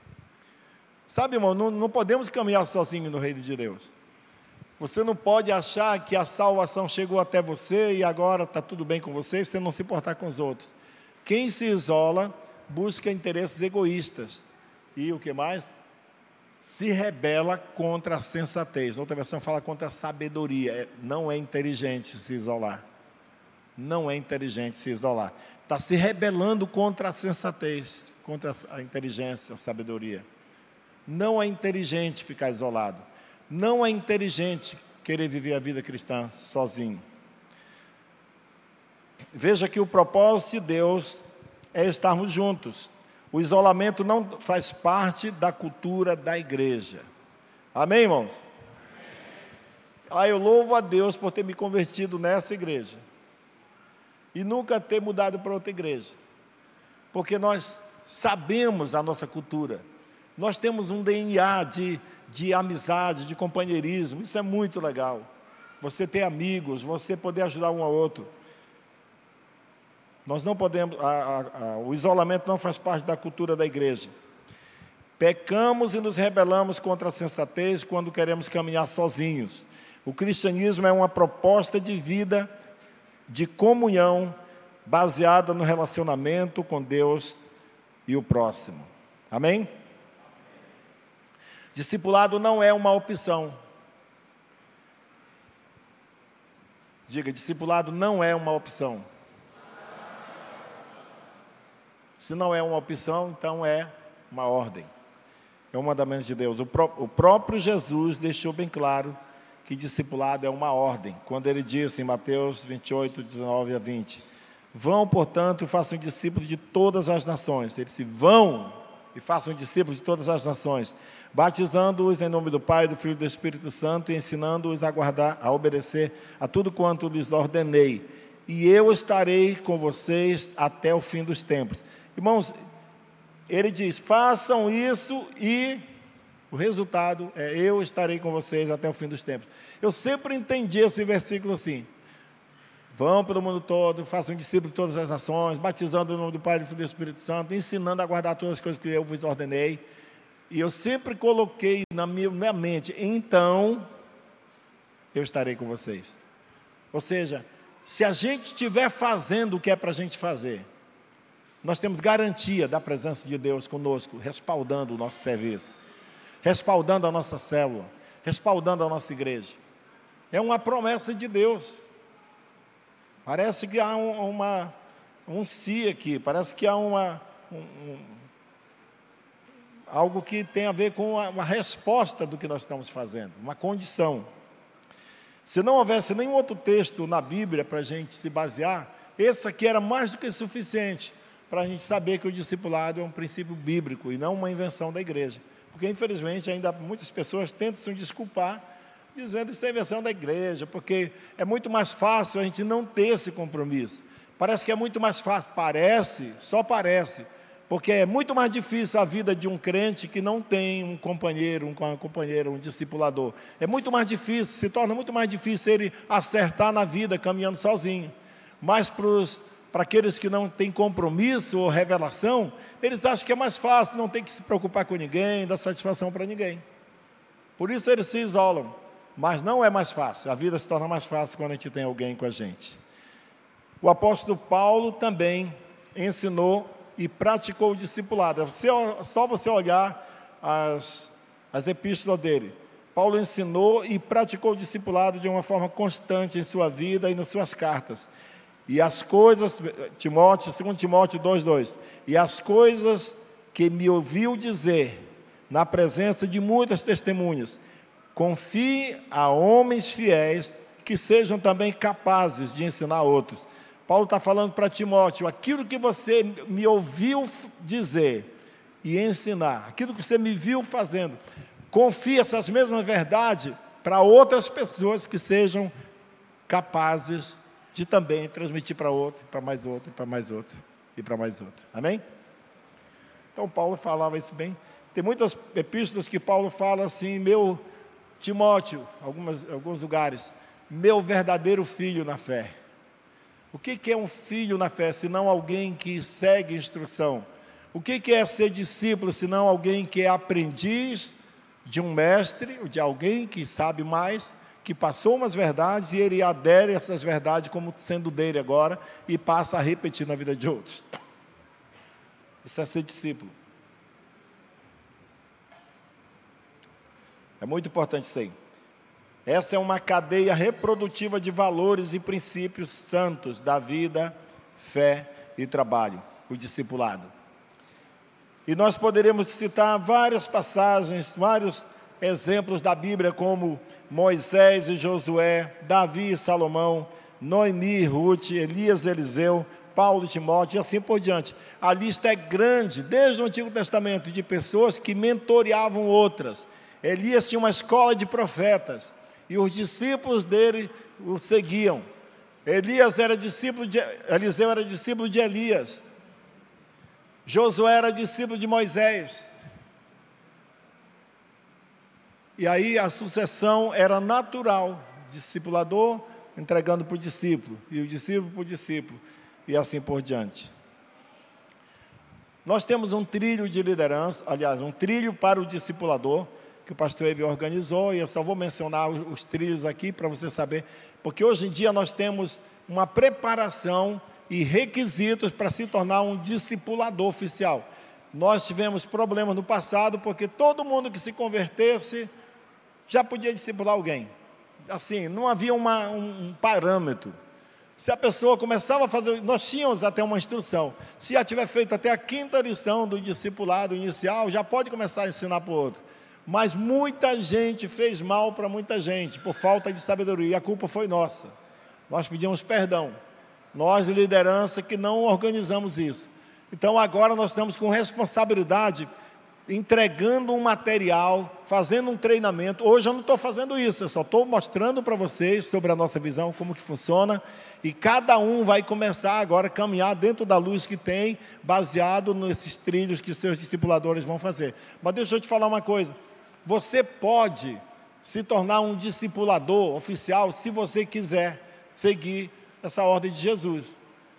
Sabe, irmão, não, não podemos caminhar sozinhos no reino de Deus. Você não pode achar que a salvação chegou até você e agora está tudo bem com você e você não se importar com os outros. Quem se isola busca interesses egoístas. E o que mais? Se rebela contra a sensatez. Outra versão fala contra a sabedoria. Não é inteligente se isolar. Não é inteligente se isolar. Está se rebelando contra a sensatez, contra a inteligência, a sabedoria. Não é inteligente ficar isolado. Não é inteligente querer viver a vida cristã sozinho. Veja que o propósito de Deus é estarmos juntos. O isolamento não faz parte da cultura da igreja. Amém, irmãos? Ah, eu louvo a Deus por ter me convertido nessa igreja. E nunca ter mudado para outra igreja. Porque nós sabemos a nossa cultura. Nós temos um D N A de, de amizade, de companheirismo. Isso é muito legal. Você ter amigos, você poder ajudar um ao outro. Nós não podemos, a, a, a, o isolamento não faz parte da cultura da igreja. Pecamos e nos rebelamos contra a sensatez quando queremos caminhar sozinhos. O cristianismo é uma proposta de vida, de comunhão, baseada no relacionamento com Deus e o próximo. Amém? Discipulado não é uma opção. Diga, discipulado não é uma opção. Se não é uma opção, então é uma ordem. É um mandamento de Deus. O, pró- o próprio Jesus deixou bem claro que discipulado é uma ordem. Quando ele disse em Mateus vinte e oito, dezenove a vinte, vão, portanto, e façam discípulos de todas as nações. Ele disse, vão e façam discípulos de todas as nações, batizando-os em nome do Pai, do Filho e do Espírito Santo, e ensinando-os a guardar, a obedecer a tudo quanto lhes ordenei. E eu estarei com vocês até o fim dos tempos. Irmãos, ele diz, façam isso e o resultado é, eu estarei com vocês até o fim dos tempos. Eu sempre entendi esse versículo assim, vão pelo mundo todo, façam discípulos de todas as nações, batizando no nome do Pai, do Filho e do Espírito Santo, ensinando a guardar todas as coisas que eu vos ordenei. E eu sempre coloquei na minha, na minha mente, então, eu estarei com vocês. Ou seja, se a gente estiver fazendo o que é para a gente fazer, nós temos garantia da presença de Deus conosco, respaldando o nosso serviço, respaldando a nossa célula, respaldando a nossa igreja. É uma promessa de Deus. Parece que há um, uma, um si aqui, parece que há uma, um, um, algo que tem a ver com uma, uma resposta do que nós estamos fazendo, uma condição. Se não houvesse nenhum outro texto na Bíblia para a gente se basear, esse aqui era mais do que suficiente para a gente saber que o discipulado é um princípio bíblico e não uma invenção da igreja. Porque, infelizmente, ainda muitas pessoas tentam se desculpar, dizendo que isso é invenção da igreja, porque é muito mais fácil a gente não ter esse compromisso. Parece que é muito mais fácil, parece, só parece, porque é muito mais difícil a vida de um crente que não tem um companheiro, um companheiro, um discipulador. É muito mais difícil, se torna muito mais difícil ele acertar na vida caminhando sozinho. Mas para os Para aqueles que não têm compromisso ou revelação, eles acham que é mais fácil, não tem que se preocupar com ninguém, dar satisfação para ninguém. Por isso eles se isolam. Mas não é mais fácil, a vida se torna mais fácil quando a gente tem alguém com a gente. O apóstolo Paulo também ensinou e praticou o discipulado. Você, só você olhar as, as epístolas dele. Paulo ensinou e praticou o discipulado de uma forma constante em sua vida e nas suas cartas. E as coisas, Timóteo, segundo Timóteo dois, dois, e as coisas que me ouviu dizer, na presença de muitas testemunhas, confie a homens fiéis, que sejam também capazes de ensinar outros. Paulo está falando para Timóteo, aquilo que você me ouviu dizer e ensinar, aquilo que você me viu fazendo, confie essas mesmas verdades para outras pessoas que sejam capazes de de também transmitir para outro, para mais outro, para mais outro e para mais outro. Amém? Então Paulo falava isso bem. Tem muitas epístolas que Paulo fala assim, meu Timóteo, algumas, alguns lugares, meu verdadeiro filho na fé. O que, que é um filho na fé, senão alguém que segue instrução? O que, que é ser discípulo, senão alguém que é aprendiz de um mestre, ou de alguém que sabe mais, que passou umas verdades e ele adere a essas verdades como sendo dele agora e passa a repetir na vida de outros. Isso é ser discípulo. É muito importante isso aí. Essa é uma cadeia reprodutiva de valores e princípios santos da vida, fé e trabalho, o discipulado. E nós poderíamos citar várias passagens, vários exemplos da Bíblia, como Moisés e Josué, Davi e Salomão, Noemi e Ruth, Elias e Eliseu, Paulo e Timóteo, e assim por diante. A lista é grande, desde o Antigo Testamento, de pessoas que mentoreavam outras. Elias tinha uma escola de profetas, e os discípulos dele o seguiam. Elias era discípulo de, Eliseu era discípulo de Elias. Josué era discípulo de Moisés. E aí a sucessão era natural, discipulador entregando para o discípulo, e o discípulo para o discípulo, e assim por diante. Nós temos um trilho de liderança, aliás, um trilho para o discipulador, que o pastor Eber organizou, e eu só vou mencionar os, os trilhos aqui para você saber, porque hoje em dia nós temos uma preparação e requisitos para se tornar um discipulador oficial. Nós tivemos problemas no passado, porque todo mundo que se convertesse já podia discipular alguém. Assim, não havia uma, um, um parâmetro. Se a pessoa começava a fazer, nós tínhamos até uma instrução, se já tiver feito até a quinta lição do discipulado inicial, já pode começar a ensinar para o outro. Mas muita gente fez mal para muita gente, por falta de sabedoria, e a culpa foi nossa. Nós pedimos perdão, nós, liderança, que não organizamos isso. Então agora nós estamos com responsabilidade, entregando um material, fazendo um treinamento. Hoje eu não estou fazendo isso, eu só estou mostrando para vocês sobre a nossa visão, como que funciona, e cada um vai começar agora a caminhar dentro da luz que tem, baseado nesses trilhos que seus discipuladores vão fazer. Mas deixa eu te falar uma coisa, você pode se tornar um discipulador oficial se você quiser seguir essa ordem de Jesus,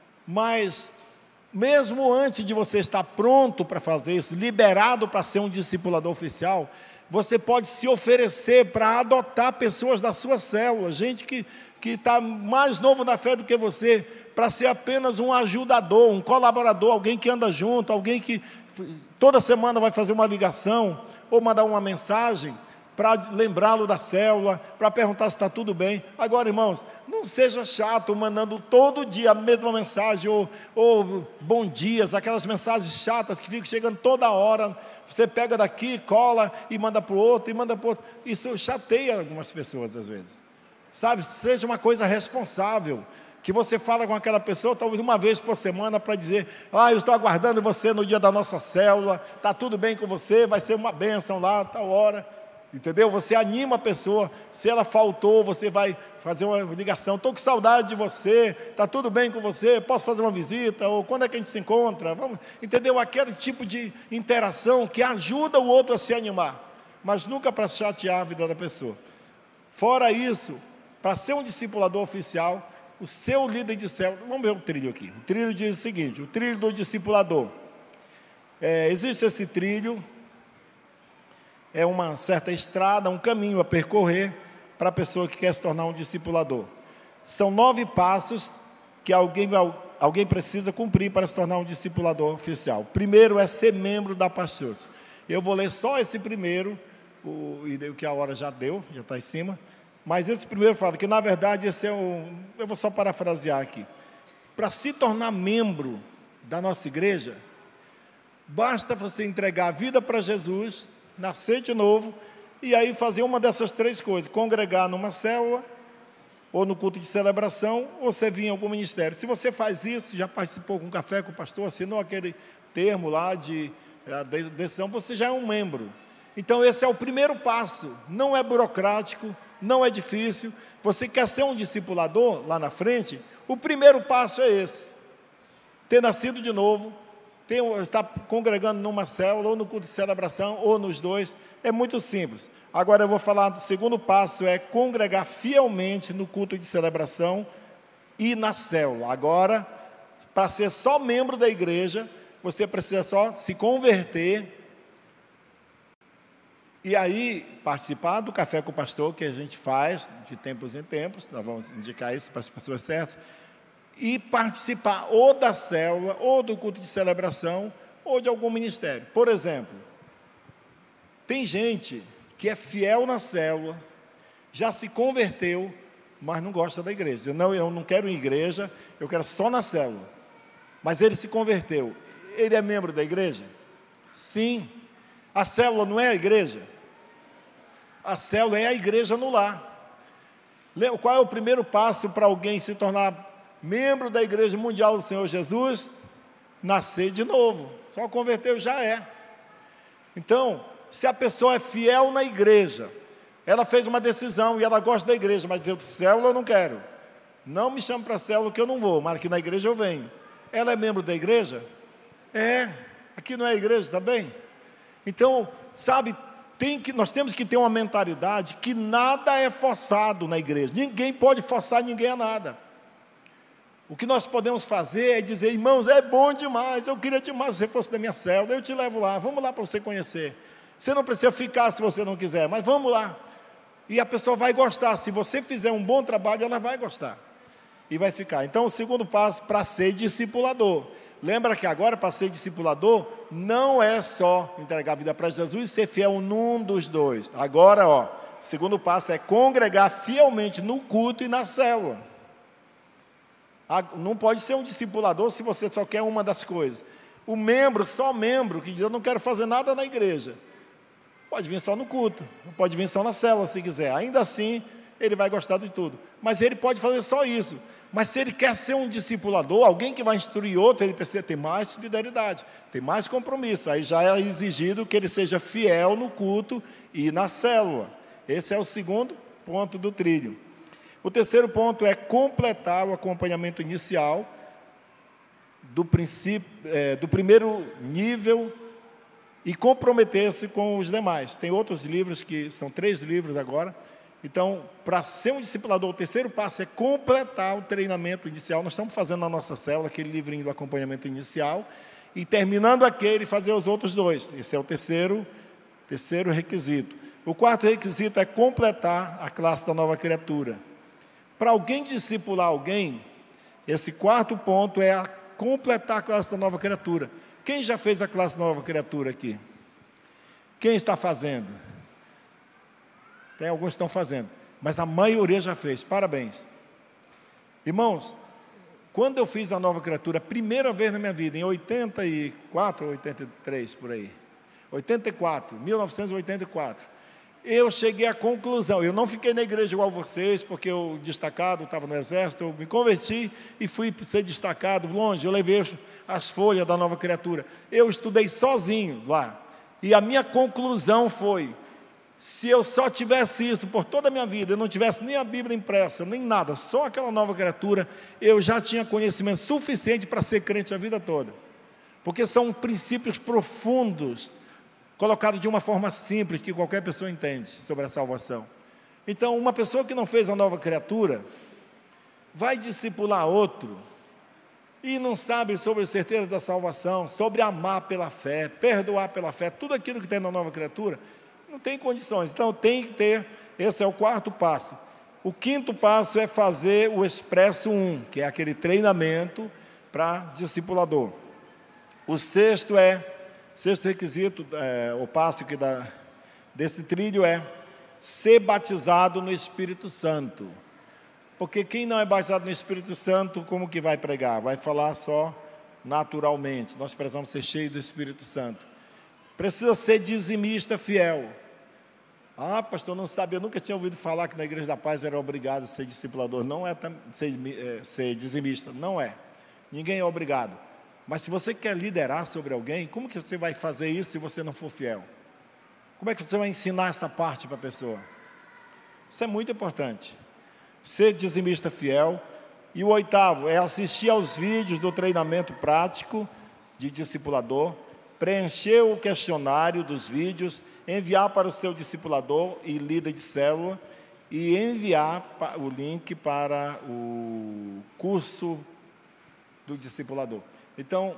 mas mesmo antes de você estar pronto para fazer isso, liberado para ser um discipulador oficial, você pode se oferecer para adotar pessoas da sua célula, gente que que está mais novo na fé do que você, para ser apenas um ajudador, um colaborador, alguém que anda junto, alguém que toda semana vai fazer uma ligação, ou mandar uma mensagem, para lembrá-lo da célula, para perguntar se está tudo bem. Agora, irmãos, não seja chato mandando todo dia a mesma mensagem, ou, ou bom dias, aquelas mensagens chatas que ficam chegando toda hora, você pega daqui, cola e manda para o outro, e manda para o outro. Isso chateia algumas pessoas às vezes, sabe? Seja uma coisa responsável, que você fala com aquela pessoa, talvez uma vez por semana, para dizer, ah, eu estou aguardando você no dia da nossa célula, está tudo bem com você, vai ser uma bênção lá, tal hora. Entendeu? Você anima a pessoa, se ela faltou, você vai fazer uma ligação, estou com saudade de você, está tudo bem com você, posso fazer uma visita, ou quando é que a gente se encontra? Vamos, entendeu? Aquele tipo de interação que ajuda o outro a se animar, mas nunca para chatear a vida da pessoa. Fora isso, para ser um discipulador oficial, o seu líder de célula, vamos ver o trilho aqui, o trilho diz o seguinte, o trilho do discipulador, é, existe esse trilho, é uma certa estrada, um caminho a percorrer para a pessoa que quer se tornar um discipulador. São nove passos que alguém, alguém precisa cumprir para se tornar um discipulador oficial. Primeiro é ser membro da Pastor. Eu vou ler só esse primeiro, o, o que a hora já deu, já está em cima, mas esse primeiro fala que, na verdade, esse é um, eu vou só parafrasear aqui. Para se tornar membro da nossa igreja, basta você entregar a vida para Jesus, nascer de novo, e aí fazer uma dessas três coisas, congregar numa célula, ou no culto de celebração, ou você vir em algum ministério. Se você faz isso, já participou com um café com o pastor, assinou aquele termo lá de, de decisão, você já é um membro. Então esse é o primeiro passo, não é burocrático, não é difícil. Você quer ser um discipulador lá na frente, o primeiro passo é esse, ter nascido de novo, Tem, está congregando numa célula, ou no culto de celebração, ou nos dois, é muito simples. Agora eu vou falar do segundo passo, é congregar fielmente no culto de celebração e na célula. Agora, para ser só membro da igreja, você precisa só se converter, e aí participar do café com o pastor, que a gente faz de tempos em tempos, nós vamos indicar isso para as pessoas certas, e participar ou da célula, ou do culto de celebração, ou de algum ministério. Por exemplo, tem gente que é fiel na célula, já se converteu, mas não gosta da igreja. Não, eu não quero em igreja, eu quero só na célula. Mas ele se converteu. Ele é membro da igreja? Sim. A célula não é a igreja? A célula é a igreja no lar. Qual é o primeiro passo para alguém se tornar membro da Igreja Mundial do Senhor Jesus? Nascer de novo. Só converteu, já é. Então, se a pessoa é fiel na igreja, ela fez uma decisão e ela gosta da igreja, mas dizer, célula eu não quero, não me chame para a célula que eu não vou, mas aqui na igreja eu venho. Ela é membro da igreja? É. Aqui não é igreja também? Então, sabe, tem que, nós temos que ter uma mentalidade que nada é forçado na igreja. Ninguém pode forçar ninguém a nada. O que nós podemos fazer é dizer, irmãos, é bom demais, eu queria demais que você fosse da minha célula, eu te levo lá, vamos lá para você conhecer. Você não precisa ficar se você não quiser, mas vamos lá. E a pessoa vai gostar, se você fizer um bom trabalho, ela vai gostar. E vai ficar. Então, o segundo passo, para ser discipulador. Lembra que agora, para ser discipulador, não é só entregar a vida para Jesus e ser fiel num dos dois. Agora, ó, o segundo passo é congregar fielmente no culto e na célula. Não pode ser um discipulador se você só quer uma das coisas. O membro, só membro, que diz, eu não quero fazer nada na igreja, pode vir só no culto, pode vir só na célula se quiser. Ainda assim, ele vai gostar de tudo. Mas ele pode fazer só isso. Mas se ele quer ser um discipulador, alguém que vai instruir outro, ele precisa ter mais fidelidade, ter mais compromisso. Aí já é exigido que ele seja fiel no culto e na célula. Esse é o segundo ponto do trilho. O terceiro ponto é completar o acompanhamento inicial do, princípio, é, do primeiro nível e comprometer-se com os demais. Tem outros livros, que são três livros agora. Então, para ser um discipulador, o terceiro passo é completar o treinamento inicial. Nós estamos fazendo na nossa célula aquele livrinho do acompanhamento inicial e terminando aquele, fazer os outros dois. Esse é o terceiro, terceiro requisito. O quarto requisito é completar a classe da nova criatura. Para alguém discipular alguém, esse quarto ponto é a completar a classe da nova criatura. Quem já fez a classe da nova criatura aqui? Quem está fazendo? Tem alguns que estão fazendo, mas a maioria já fez. Parabéns. Irmãos, quando eu fiz a nova criatura, a primeira vez na minha vida, em oitenta e quatro ou oitenta e três, por aí, oitenta e quatro, mil novecentos e oitenta e quatro, eu cheguei à conclusão, eu não fiquei na igreja igual vocês, porque eu destacado, estava no exército, eu me converti e fui ser destacado longe, eu levei as folhas da nova criatura, eu estudei sozinho lá, e a minha conclusão foi, se eu só tivesse isso por toda a minha vida, eu não tivesse nem a Bíblia impressa, nem nada, só aquela nova criatura, eu já tinha conhecimento suficiente para ser crente a vida toda, porque são princípios profundos, colocado de uma forma simples, que qualquer pessoa entende sobre a salvação. Então, uma pessoa que não fez a nova criatura, vai discipular outro, e não sabe sobre a certeza da salvação, sobre amar pela fé, perdoar pela fé, tudo aquilo que tem na nova criatura, não tem condições. Então, tem que ter, esse é o quarto passo. O quinto passo é fazer o Expresso um, que é aquele treinamento para discipulador. O sexto é Sexto requisito, é, o passo que dá, desse trilho é ser batizado no Espírito Santo. Porque quem não é batizado no Espírito Santo, como que vai pregar? Vai falar só naturalmente. Nós precisamos ser cheios do Espírito Santo. Precisa ser dizimista fiel. Ah, pastor, não sabe, eu nunca tinha ouvido falar que na Igreja da Paz era obrigado a ser discipulador. Não é ser, é, ser dizimista, não é. Ninguém é obrigado. Mas se você quer liderar sobre alguém, como que você vai fazer isso se você não for fiel? Como é que você vai ensinar essa parte para a pessoa? Isso é muito importante. Ser dizimista fiel. E o oitavo é assistir aos vídeos do treinamento prático de discipulador, preencher o questionário dos vídeos, enviar para o seu discipulador e líder de célula e enviar o link para o curso do discipulador. Então,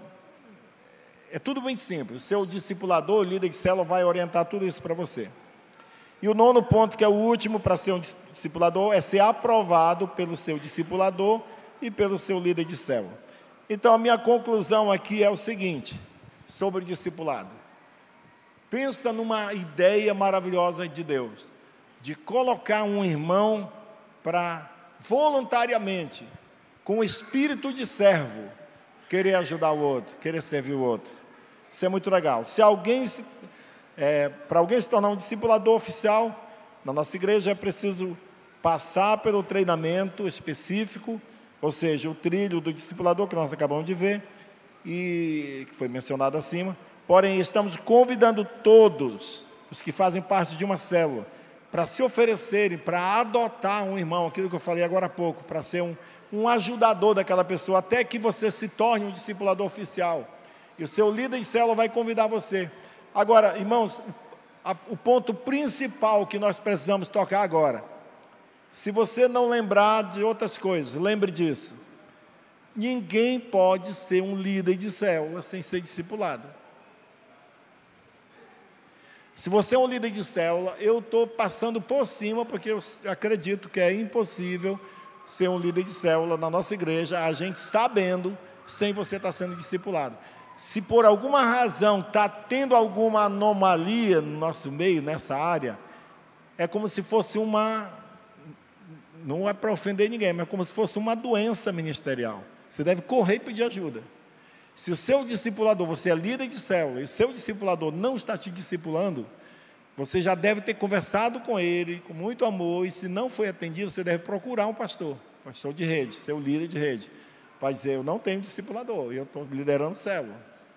é tudo bem simples. O seu discipulador, líder de célula, vai orientar tudo isso para você. E o nono ponto, que é o último para ser um discipulador, é ser aprovado pelo seu discipulador e pelo seu líder de célula. Então, a minha conclusão aqui é o seguinte, sobre o discipulado. Pensa numa ideia maravilhosa de Deus, de colocar um irmão para, voluntariamente, com o espírito de servo, querer ajudar o outro, querer servir o outro. Isso é muito legal. Se alguém, é, para alguém se tornar um discipulador oficial, na nossa igreja é preciso passar pelo treinamento específico, ou seja, o trilho do discipulador, que nós acabamos de ver, e que foi mencionado acima. Porém, estamos convidando todos os que fazem parte de uma célula, para se oferecerem, para adotar um irmão, aquilo que eu falei agora há pouco, para ser um um ajudador daquela pessoa, até que você se torne um discipulador oficial, e o seu líder de célula vai convidar você. Agora, irmãos, a, o ponto principal que nós precisamos tocar agora. Se você não lembrar de outras coisas, lembre disso. Ninguém pode ser um líder de célula sem ser discipulado. Se você é um líder de célula, eu estou passando por cima, porque eu acredito que é impossível ser um líder de célula na nossa igreja, a gente sabendo, sem você estar sendo discipulado. Se por alguma razão está tendo alguma anomalia no nosso meio, nessa área, é como se fosse uma, não é para ofender ninguém, mas como se fosse uma doença ministerial. Você deve correr e pedir ajuda. Se o seu discipulador, você é líder de célula, e o seu discipulador não está te discipulando, você já deve ter conversado com ele, com muito amor, e se não foi atendido, você deve procurar um pastor, pastor de rede, seu líder de rede, para dizer, eu não tenho discipulador, eu estou liderando célula.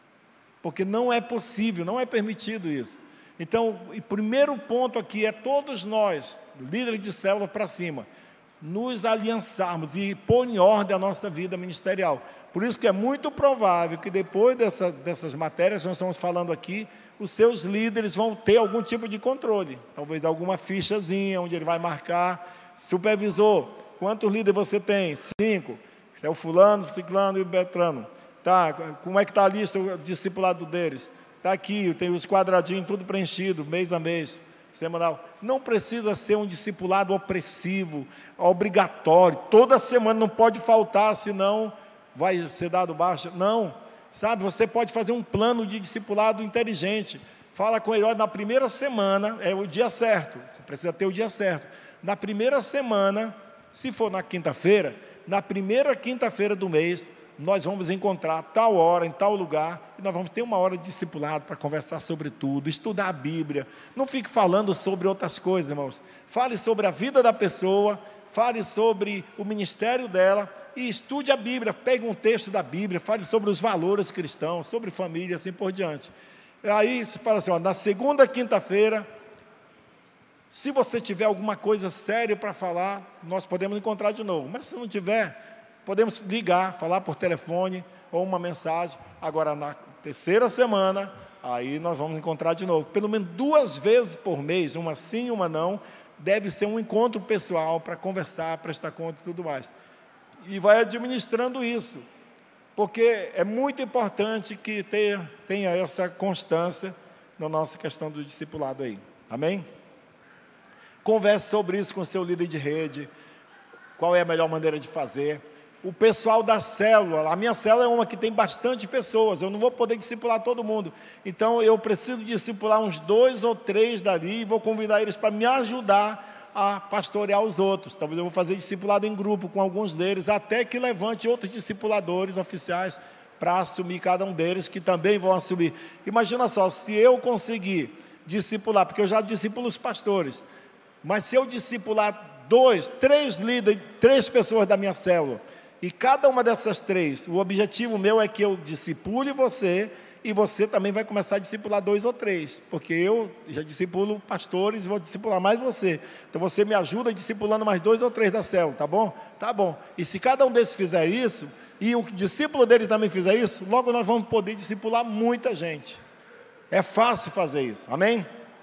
Porque não é possível, não é permitido isso. Então, o primeiro ponto aqui é todos nós, líderes de célula para cima, nos aliançarmos e pôr em ordem a nossa vida ministerial. Por isso que é muito provável que depois dessa, dessas matérias que nós estamos falando aqui, os seus líderes vão ter algum tipo de controle. Talvez alguma fichazinha onde ele vai marcar. Supervisor, quantos líderes você tem? Cinco. É o fulano, o ciclano e o beltrano. Tá, como é que está a lista, o discipulado deles? Está aqui, tem os quadradinhos tudo preenchido, mês a mês, semanal. Não precisa ser um discipulado opressivo, obrigatório. Toda semana não pode faltar, senão vai ser dado baixa. Não, sabe, você pode fazer um plano de discipulado inteligente. Fala com ele, olha, na primeira semana, é o dia certo, você precisa ter o dia certo. Na primeira semana, se for na quinta-feira, na primeira quinta-feira do mês, nós vamos encontrar tal hora, em tal lugar, e nós vamos ter uma hora de discipulado para conversar sobre tudo, estudar a Bíblia. Não fique falando sobre outras coisas, irmãos. Fale sobre a vida da pessoa, fale sobre o ministério dela, e estude a Bíblia, pegue um texto da Bíblia, fale sobre os valores cristãos, sobre família, assim por diante. Aí você fala assim, ó, na segunda quinta-feira, se você tiver alguma coisa séria para falar, nós podemos encontrar de novo. Mas se não tiver, podemos ligar, falar por telefone ou uma mensagem. Agora, na terceira semana, aí nós vamos encontrar de novo. Pelo menos duas vezes por mês, uma sim e uma não, deve ser um encontro pessoal para conversar, prestar conta e tudo mais. E vai administrando isso, porque é muito importante que tenha, tenha essa constância na nossa questão do discipulado aí. Amém? Converse sobre isso com o seu líder de rede, qual é a melhor maneira de fazer. O pessoal da célula, a minha célula é uma que tem bastante pessoas, eu não vou poder discipular todo mundo, então eu preciso discipular uns dois ou três dali, e vou convidar eles para me ajudar a pastorear os outros. Talvez eu vou fazer discipulado em grupo com alguns deles, até que levante outros discipuladores oficiais para assumir cada um deles, que também vão assumir. Imagina só, se eu conseguir discipular, porque eu já discipulo os pastores, mas se eu discipular dois, três líderes, três pessoas da minha célula, e cada uma dessas três, o objetivo meu é que eu discipule você, e você também vai começar a discipular dois ou três, porque eu já discipulo pastores e vou discipular mais você. Então você me ajuda discipulando mais dois ou três da célula, tá bom? Tá bom. E se cada um desses fizer isso, e o discípulo dele também fizer isso, logo nós vamos poder discipular muita gente. É fácil fazer isso, amém?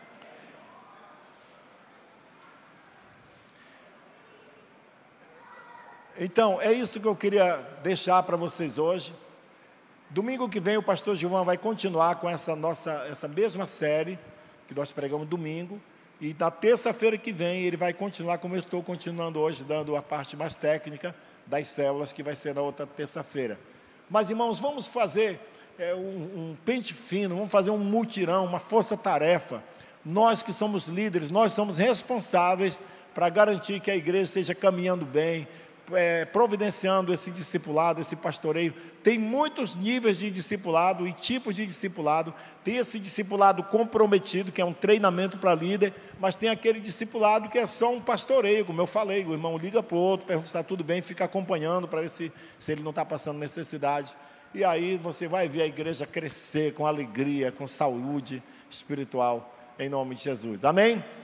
Então, é isso que eu queria deixar para vocês hoje. Domingo que vem o pastor Gilvan vai continuar com essa nossa, essa mesma série que nós pregamos domingo, e na terça-feira que vem ele vai continuar como eu estou continuando hoje, dando a parte mais técnica das células, que vai ser na outra terça-feira. Mas, irmãos, vamos fazer é, um, um pente fino, vamos fazer um mutirão, uma força-tarefa. Nós que somos líderes, nós somos responsáveis para garantir que a igreja esteja caminhando bem, É, providenciando esse discipulado, esse pastoreio. Tem muitos níveis de discipulado e tipos de discipulado. Tem esse discipulado comprometido, que é um treinamento para líder, mas tem aquele discipulado que é só um pastoreio, como eu falei, o irmão liga para o outro, pergunta se está tudo bem, fica acompanhando para ver se, se ele não está passando necessidade. E aí você vai ver a igreja crescer com alegria, com saúde espiritual, em nome de Jesus. Amém?